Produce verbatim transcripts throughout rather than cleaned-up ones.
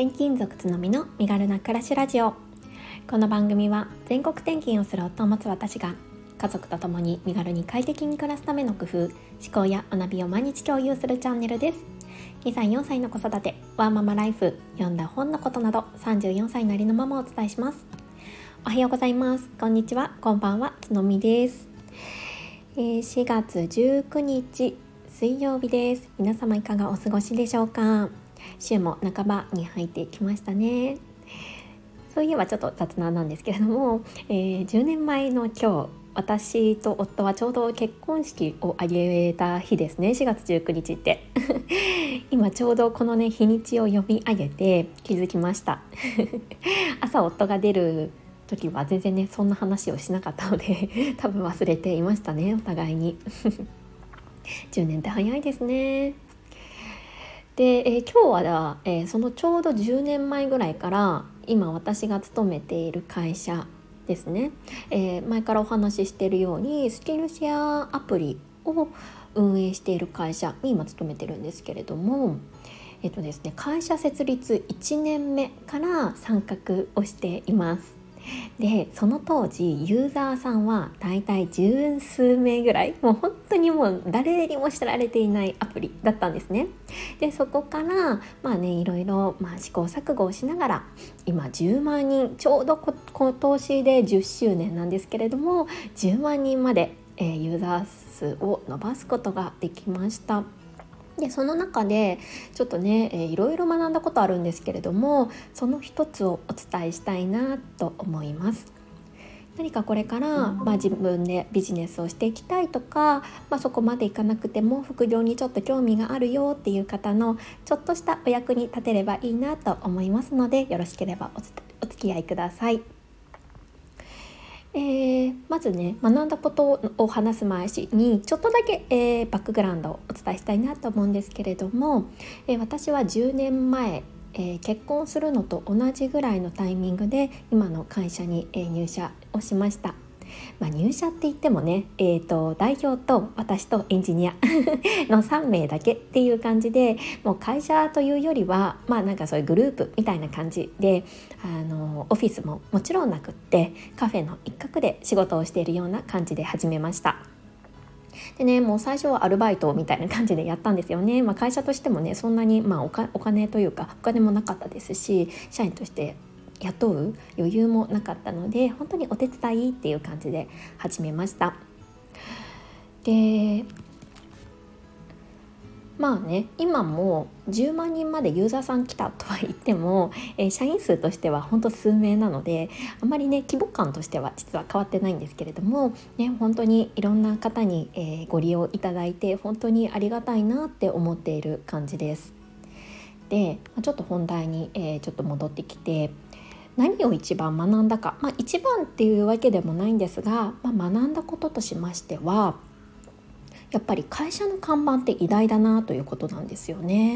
転勤族つのみの身軽な暮らしラジオ。この番組は全国転勤をする夫を持つ私が家族と共に身軽に快適に暮らすための工夫、思考や学びを毎日共有するチャンネルです。にさいよんさいの子育て、ワーママライフ、読んだ本のことなどさんじゅうよんさいなりのママをお伝えします。おはようございます、こんにちは、こんばんは、つのみです。えー、しがつじゅうくにち水曜日です。皆様いかがお過ごしでしょうか。週も半ばに入ってきましたね。そういえばちょっと雑談なんですけれども、えー、じゅうねんまえの今日、私と夫はちょうど結婚式を挙げた日ですね。しがつじゅうくにちって今ちょうどこのね日にちを読み上げて気づきました朝夫が出る時は全然ねそんな話をしなかったので多分忘れていましたね、お互いにじゅうねんって早いですね。で、えー、今日は、えー、そのちょうどじゅうねんまえぐらいから今私が勤めている会社ですね、えー、前からお話ししているようにスキルシェアアプリを運営している会社に今勤めてるんですけれども、えっとですね、会社設立いちねんめから参画をしています。でその当時ユーザーさんはだいたい十数名ぐらい、もう本当にもう誰にも知られていないアプリだったんですね。でそこからまあねいろいろ、まあ、試行錯誤をしながら今じゅうまんにん、ちょうどこ今年でじゅっしゅうねんなんですけれども、じゅうまんにんまで、えー、ユーザー数を伸ばすことができました。でその中でちょっとね、えー、いろいろ学んだことあるんですけれども、その一つをお伝えしたいなと思います。何かこれから、まあ、自分でビジネスをしていきたいとか、まあ、そこまでいかなくても副業にちょっと興味があるよっていう方のちょっとしたお役に立てればいいなと思いますので、よろしければ お, つお付き合いください。えー、まずね学んだことを話す前にちょっとだけ、えー、バックグラウンドをお伝えしたいなと思うんですけれども、えー、私はじゅうねんまえ、えー、結婚するのと同じぐらいのタイミングで今の会社に、えー、入社をしました。まあ、入社って言ってもね、えーと、代表と私とエンジニアのさんめいだけっていう感じで、もう会社というよりはまあなんかそういうグループみたいな感じで、あのオフィスももちろんなくってカフェの一角で仕事をしているような感じで始めました。でね、もう最初はアルバイトみたいな感じでやったんですよね。まあ、会社としてもねそんなに、まあ、おか、お金というかお金もなかったですし、社員として雇う余裕もなかったので本当にお手伝いっていう感じで始めました。でまあね今もじゅうまんにんまでユーザーさん来たとは言っても、えー、社員数としては本当数名なのであまりね規模感としては実は変わってないんですけれども、ね、本当にいろんな方に、えー、ご利用いただいて本当にありがたいなって思っている感じです。でちょっと本題に、えー、ちょっと戻ってきて、何を一番学んだか、まあ、一番っていうわけでもないんですが、まあ、学んだこととしましてはやっぱり会社の看板って偉大だなということなんですよね。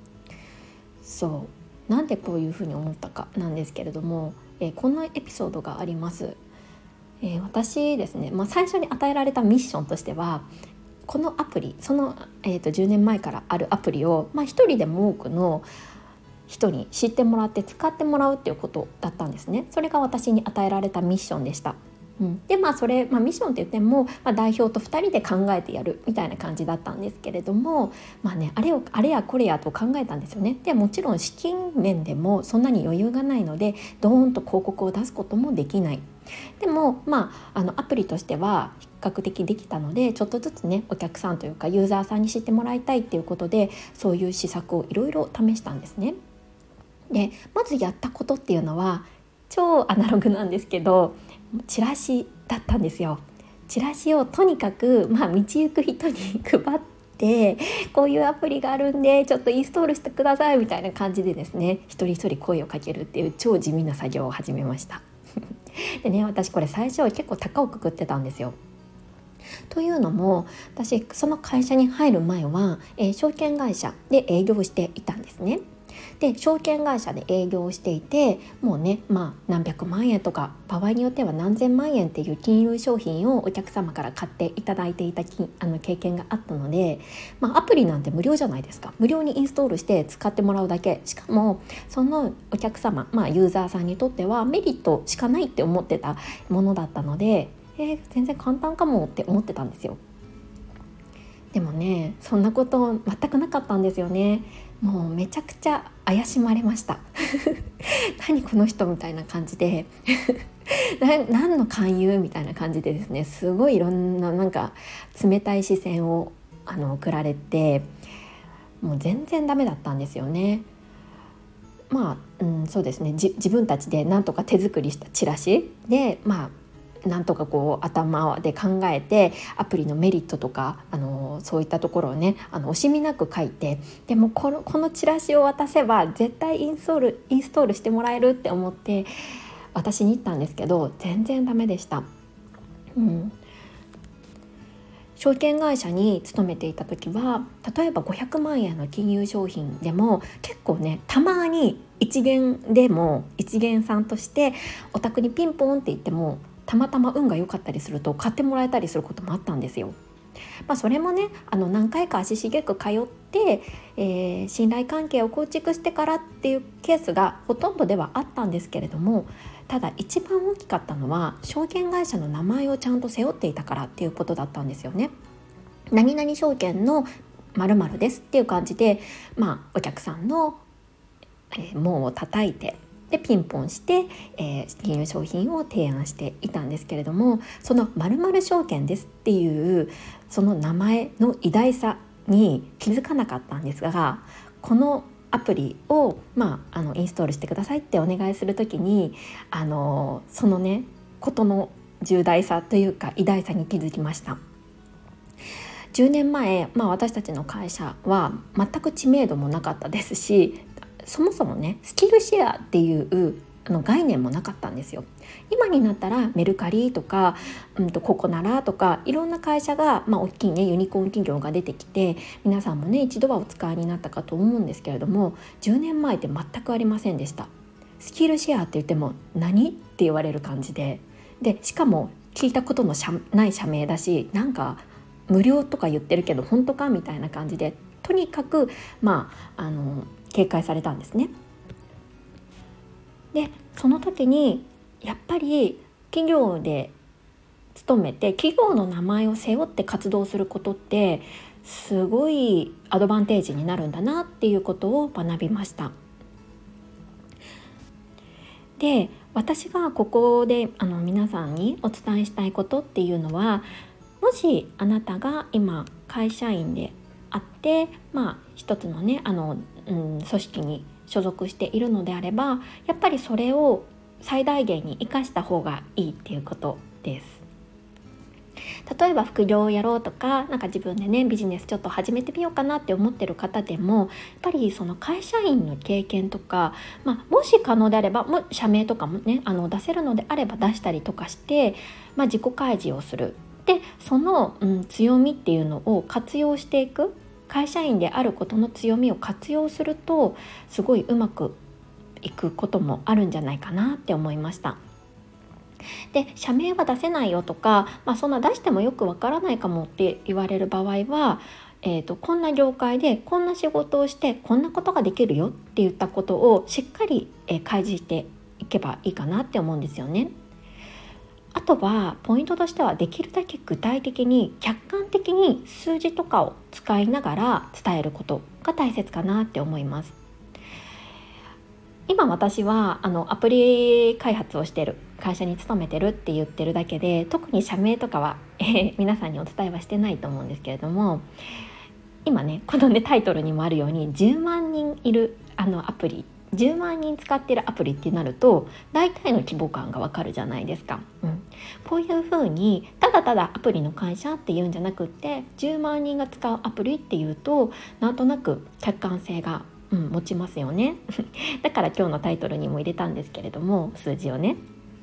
そうなんでこういうふうに思ったかなんですけれども、えー、こんなエピソードがあります。えー、私ですね、まあ、最初に与えられたミッションとしてはこのアプリその、えー、とじゅうねんまえからあるアプリを、まあ、一人でも多くの人に知ってもらって使ってもらうっていうことだったんですね。それが私に与えられたミッションでした。うん、でまあそれ、まあ、ミッションって言っても、まあ、代表とふたりで考えてやるみたいな感じだったんですけれども、まあね、あれをあれやこれやと考えたんですよね。でもちろん資金面でもそんなに余裕がないのでドーンと広告を出すこともできない。でもまああのアプリとしては比較的できたのでちょっとずつねお客さんというかユーザーさんに知ってもらいたいっていうことでそういう施策をいろいろ試したんですね。でまずやったことっていうのは超アナログなんですけどチラシだったんですよ。チラシをとにかく、まあ、道行く人に配ってこういうアプリがあるんでちょっとインストールしてくださいみたいな感じでですね一人一人声をかけるっていう超地味な作業を始めましたでね私これ最初結構高をくくってたんですよ。というのも私その会社に入る前は、えー、証券会社で営業していたんですね。 で証券会社で営業していて、もうね、まあ何百万円とか場合によっては何千万円っていう金融商品をお客様から買っていただいていたきあの経験があったので、まあ、アプリなんて無料じゃないですか。無料にインストールして使ってもらうだけ。しかもそのお客様、まあ、ユーザーさんにとってはメリットしかないって思ってたものだったので、えー、全然簡単かもって思ってたんですよ。でもね、そんなこと全くなかったんですよね。もうめちゃくちゃ怪しまれました何この人みたいな感じでな何の勧誘みたいな感じでですね、すごいいろんななんか冷たい視線をあの送られて、もう全然ダメだったんですよね。まあ、うん、そうですね、じ自分たちでなんとか手作りしたチラシで、まあなんとかこう頭で考えてアプリのメリットとかあのそういったところをね、あの惜しみなく書いて、でもこの、このチラシを渡せば絶対インストールインストールしてもらえるって思って私に言ったんですけど、全然ダメでした。うん、証券会社に勤めていた時は、例えばごひゃくまんえんの金融商品でも結構ね、たまに一元でも一元さんとしてお宅にピンポンって言っても、たまたま運が良かったりすると買ってもらえたりすることもあったんですよ。まあ、それもね、あの何回か足しげく通って、えー、信頼関係を構築してからっていうケースがほとんどではあったんですけれども、ただ一番大きかったのは証券会社の名前をちゃんと背負っていたからっていうことだったんですよね。何々証券の〇〇ですっていう感じで、まあ、お客さんの、えー、門を叩いて、でピンポンして、えー、金融商品を提案していたんですけれども、その〇〇証券ですっていうその名前の偉大さに気づかなかったんですが、このアプリを、まあ、あのインストールしてくださいってお願いするときに、あのそのねことの重大さというか偉大さに気づきました。じゅうねんまえ、まあ、私たちの会社は全く知名度もなかったですし、そもそもねスキルシェアっていうあの概念もなかったんですよ。今になったらメルカリとか、うん、とココナラとかいろんな会社が、まあ、大きいねユニコーン企業が出てきて、皆さんもね一度はお使いになったかと思うんですけれども、じゅうねんまえって全くありませんでした。スキルシェアって言っても何って言われる感じで、でしかも聞いたことの社ない社名だし、なんか無料とか言ってるけど本当かみたいな感じで、とにかくまああの警戒されたんですね。でその時にやっぱり企業で勤めて企業の名前を背負って活動することってすごいアドバンテージになるんだなっていうことを学びました。で私がここであの皆さんにお伝えしたいことっていうのは、もしあなたが今会社員であって、まあ一つのねあの、うん、組織に所属しているのであれば、やっぱりそれを最大限に生かした方がいいっていうことです。例えば副業をやろうとか、なんか自分でねビジネスちょっと始めてみようかなって思ってる方でも、やっぱりその会社員の経験とか、まあ、もし可能であればも社名とかもねあの出せるのであれば出したりとかして、まあ、自己開示をする。でその、うん、強みっていうのを活用していく、会社員であることの強みを活用するとすごいうまくいくこともあるんじゃないかなって思いました。で社名は出せないよとか、まあ、そんな出してもよくわからないかもって言われる場合は、えーと、こんな業界でこんな仕事をしてこんなことができるよって言ったことをしっかり、えー、開示していけばいいかなって思うんですよね。あとはポイントとしては、できるだけ具体的に客観的に数字とかを使いながら伝えることが大切かなって思います。今私はあのアプリ開発をしている会社に勤めてるって言ってるだけで、特に社名とかは、えー、皆さんにお伝えはしてないと思うんですけれども、今ねこのねタイトルにもあるようにじゅうまんにんいるあのアプリ、じゅうまんにん使っているアプリってなると大体の規模感がわかるじゃないですか、うん、こういう風にただただアプリの会社っていうんじゃなくって、じゅうまんにんが使うアプリっていうとなんとなく客観性が、うん、持ちますよねだから今日のタイトルにも入れたんですけれども、数字をね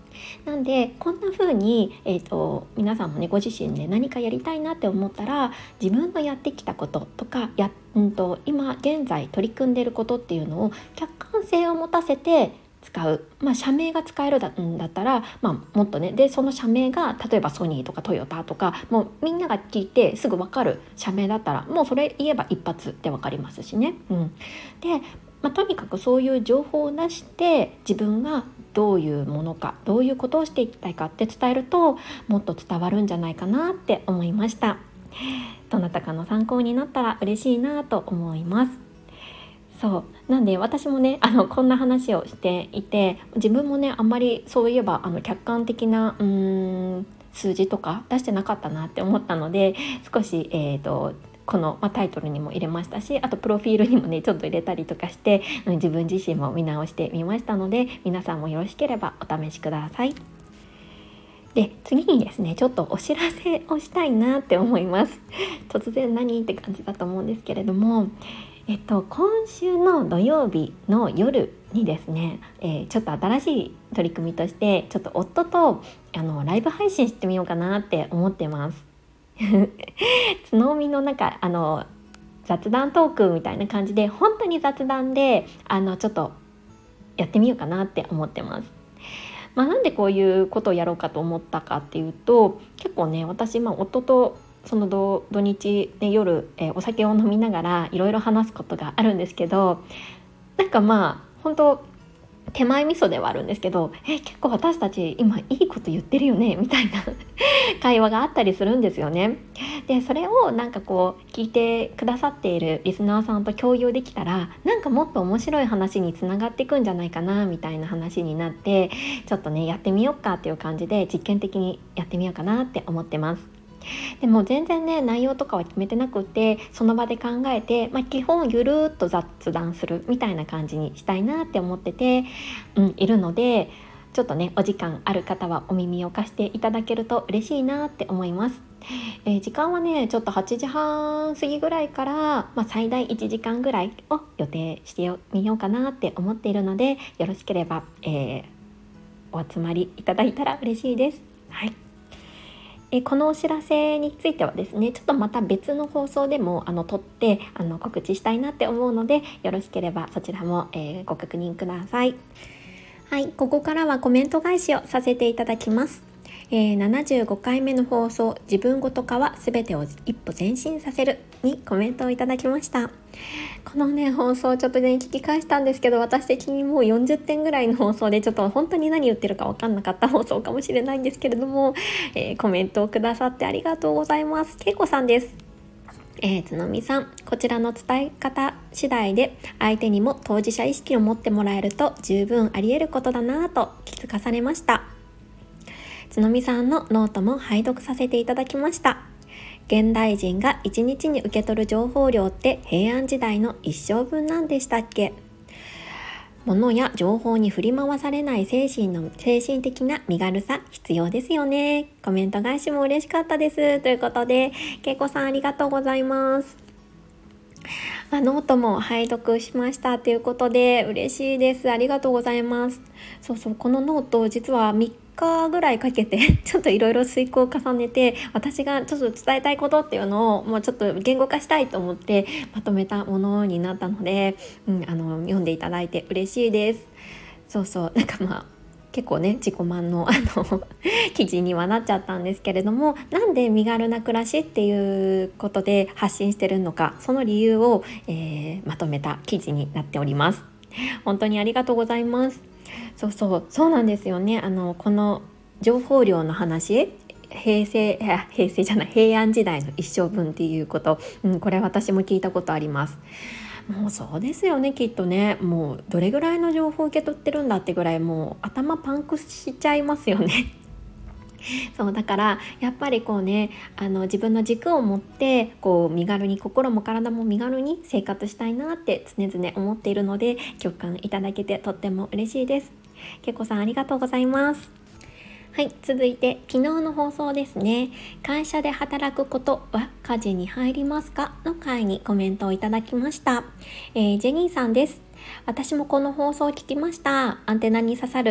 なんでこんな風に、えーと、皆さんもねご自身で何かやりたいなって思ったら、自分のやってきたこととかや、うんと、今現在取り組んでいることっていうのを客観性を持たせて使う、まあ、社名が使えるだんだったら、まあ、もっとね、でその社名が例えばソニーとかトヨタとか、もうみんなが聞いてすぐ分かる社名だったら、もうそれ言えば一発で分かりますしね、うん、で、まあ、とにかくそういう情報を出して自分がどういうものか、どういうことをしていきたいかって伝えると、もっと伝わるんじゃないかなって思いました。どなたかの参考になったら嬉しいなと思います。そうなんで私もね、あのこんな話をしていて、自分もねあんまりそういえばあの客観的なうーん数字とか出してなかったなって思ったので、少し、えーとこの、まあ、タイトルにも入れましたし、あとプロフィールにもねちょっと入れたりとかして、うん、自分自身も見直してみましたので、皆さんもよろしければお試しください。で次にですね、ちょっとお知らせをしたいなって思います。突然何って感じだと思うんですけれども、えっと、今週の土曜日の夜にですね、えー、ちょっと新しい取り組みとして、ちょっと夫とあのライブ配信してみようかなって思ってます。つのみのなんかあの雑談トークみたいな感じで、本当に雑談であのちょっとやってみようかなって思ってます。まあ、なんでこういうことをやろうかと思ったかっていうと、結構ね私、まあ、夫とその 土, 土日で夜、えー、お酒を飲みながらいろいろ話すことがあるんですけど、なんかまあ本当手前味噌ではあるんですけど、え結構私たち今いいこと言ってるよねみたいな会話があったりするんですよね。でそれをなんかこう聞いてくださっているリスナーさんと共有できたら、なんかもっと面白い話につながっていくんじゃないかなみたいな話になって、ちょっとねやってみようかっていう感じで実験的にやってみようかなって思ってます。でも全然ね内容とかは決めてなくって、その場で考えて、まあ、基本ゆるーっと雑談するみたいな感じにしたいなって思ってて、うん、いるので、ちょっとねお時間ある方はお耳を貸していただけると嬉しいなって思います。えー、時間はねちょっとはちじはん過ぎぐらいから、まあ、最大いちじかんぐらいを予定してみようかなって思っているので、よろしければ、えー、お集まりいただいたら嬉しいです。はい。えこのお知らせについてはですね、ちょっとまた別の放送でもあの撮ってあの告知したいなって思うので、よろしければそちらも、えー、ご確認ください。はい、ここからはコメント返しをさせていただきます。えー、ななじゅうごかいめの放送、自分ごと化は全てを一歩前進させるにコメントをいただきました。このね放送ちょっとね聞き返したんですけど、私的にもうよんじゅってんぐらいの放送で、ちょっと本当に何言ってるか分かんなかった放送かもしれないんですけれども、えー、コメントをくださってありがとうございます。けいこさんです。えー、つのみさん、こちらの伝え方次第で相手にも当事者意識を持ってもらえると十分あり得ることだなぁと気づかされました。つのみさんのノートも拝読させていただきました。現代人がいちにちに受け取る情報量って平安時代の一生分なんでしたっけ？物や情報に振り回されない精神の精神的な身軽さ必要ですよね。コメント返しも嬉しかったです。ということで、けいこさんありがとうございます。あノートも拝読しましたということで嬉しいです。ありがとうございます。そうそう、このノート実はみっかぐらいかけてちょっといろいろ遂行を重ねて、私がちょっと伝えたいことっていうのをもうちょっと言語化したいと思ってまとめたものになったので、うん、あの読んでいただいて嬉しいです。そうそう、なんかまあ結構ね自己満のあの記事にはなっちゃったんですけれども、なんで身軽な暮らしっていうことで発信してるのか、その理由を、えー、まとめた記事になっております。本当にありがとうございます。そうそうそうなんですよね。あのこの情報量の話、平成平成じゃない平安時代の一生分っていうこと、うん、これ私も聞いたことあります。もうそうですよね、きっとね。もうどれぐらいの情報を受け取ってるんだってぐらい、もう頭パンクしちゃいますよねそうだからやっぱりこうね、あの自分の軸を持ってこう身軽に、心も体も身軽に生活したいなって常々思っているので、共感いただけてとっても嬉しいです。けいこさんありがとうございます。はい、続いて昨日の放送ですね。会社で働くことは家事に入りますかの回にコメントをいただきました。えー、ジェニーさんです。私もこの放送を聞きました。アンテナに刺さるよ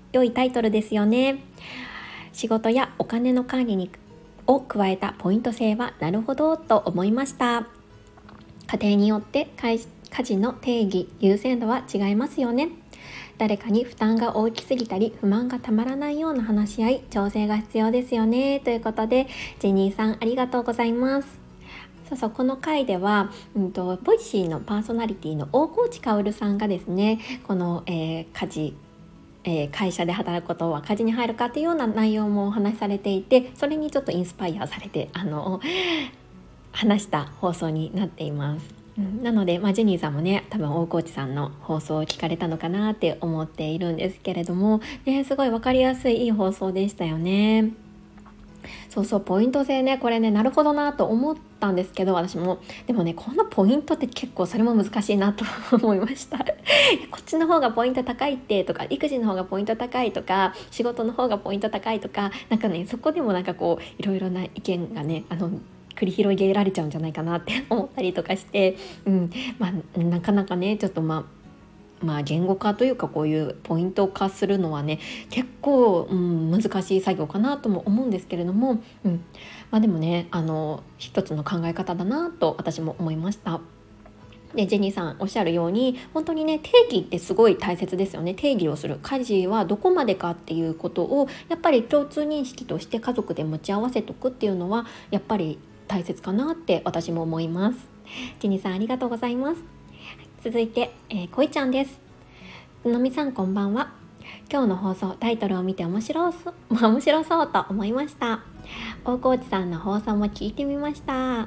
良いタイトルですよね。仕事やお金の管理にを加えたポイント制はなるほどと思いました。家庭によって家事の定義、優先度は違いますよね。誰かに負担が大きすぎたり不満がたまらないような話し合い、調整が必要ですよね、ということで、ジェニーさんありがとうございます。そうそう、この回では、うんと、ボイシーのパーソナリティの大河内薫さんがですね、この、えー、家事えー、会社で働くことは家事に入るかっていうような内容もお話しされていて、それにちょっとインスパイアされてあの話した放送になっています。うん、なので、まあ、ジェニーさんもね多分大河内さんの放送を聞かれたのかなって思っているんですけれども、ね、すごい分かりやすいいい放送でしたよね。そうそう、ポイント制ね、これねなるほどなと思ったんですけど、私もでもねこのポイントって結構それも難しいなと思いましたこっちの方がポイント高いってとか、育児の方がポイント高いとか、仕事の方がポイント高いとか、なんかねそこでもなんかこういろいろな意見がねあの繰り広げられちゃうんじゃないかなって思ったりとかして、うんまあ、なかなかねちょっとまあまあ、言語化というかこういうポイント化するのはね結構、うん、難しい作業かなとも思うんですけれども、うんまあ、でもねあの一つの考え方だなと私も思いました。でジェニーさんおっしゃるように本当にね定義ってすごい大切ですよね。定義をする、家事はどこまでかっていうことをやっぱり共通認識として家族で持ち合わせておくっていうのはやっぱり大切かなって私も思います。ジェニーさんありがとうございます。続いて、えー、こいちゃんです。のみさんこんばんは。今日の放送タイトルを見て面白そう面白そうと思いました。大河内さんの放送も聞いてみました。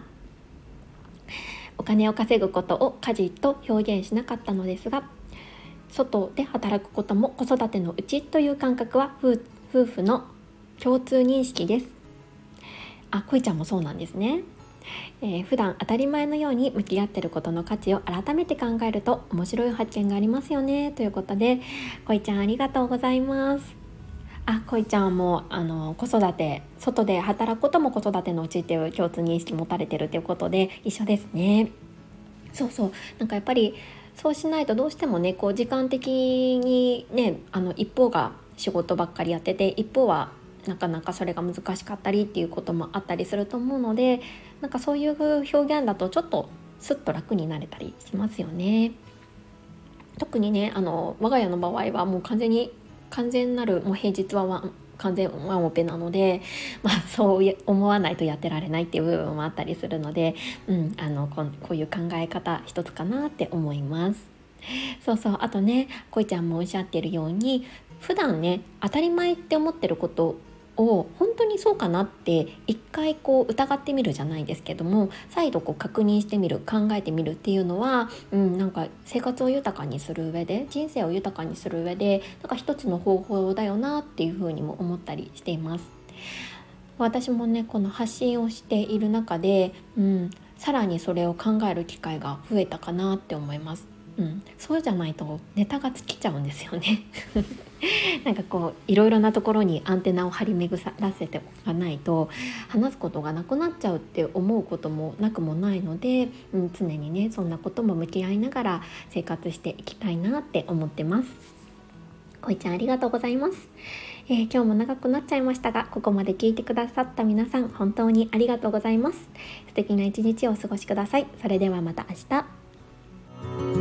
お金を稼ぐことを家事と表現しなかったのですが、外で働くことも子育てのうちという感覚は夫婦の共通認識です。あ、こいちゃんもそうなんですね。えー、普段当たり前のように向き合っていることの価値を改めて考えると面白い発見がありますよね、ということで、こいちゃんありがとうございます。あ、こいちゃんもあの子育て、外で働くことも子育てのうちっていう共通認識持たれてるということで一緒ですね。そうそう、なんかやっぱりそうしないとどうしてもねこう時間的にねあの一方が仕事ばっかりやってて一方はなかなかそれが難しかったりっていうこともあったりすると思うので、なんかそういう表現だとちょっとスッと楽になれたりしますよね。特にねあの我が家の場合はもう完全に完全なるもう平日はワン完全ワンオペなので、まあ、そう思わないとやってられないっていう部分もあったりするので、うん、あのこ, こういう考え方一つかなって思います。そうそう、あとねこいちゃんもおっしゃってるように普段ね当たり前って思ってることを本当にそうかなって一回こう疑ってみるじゃないですけども、再度こう確認してみる、考えてみるっていうのは、うん、なんか生活を豊かにする上で、人生を豊かにする上でなんか一つの方法だよなっていうふうにも思ったりしています。私もねこの発信をしている中で、うん、さらにそれを考える機会が増えたかなって思います。うん、そうじゃないとネタが尽きちゃうんですよねなんかこういろいろなところにアンテナを張り巡らせておかないと話すことがなくなっちゃうって思うこともなくもないので、うん、常にねそんなことも向き合いながら生活していきたいなって思ってます。こいちゃんありがとうございます。えー、今日も長くなっちゃいましたが、ここまで聞いてくださった皆さん本当にありがとうございます。素敵な一日をお過ごしください。それではまた明日。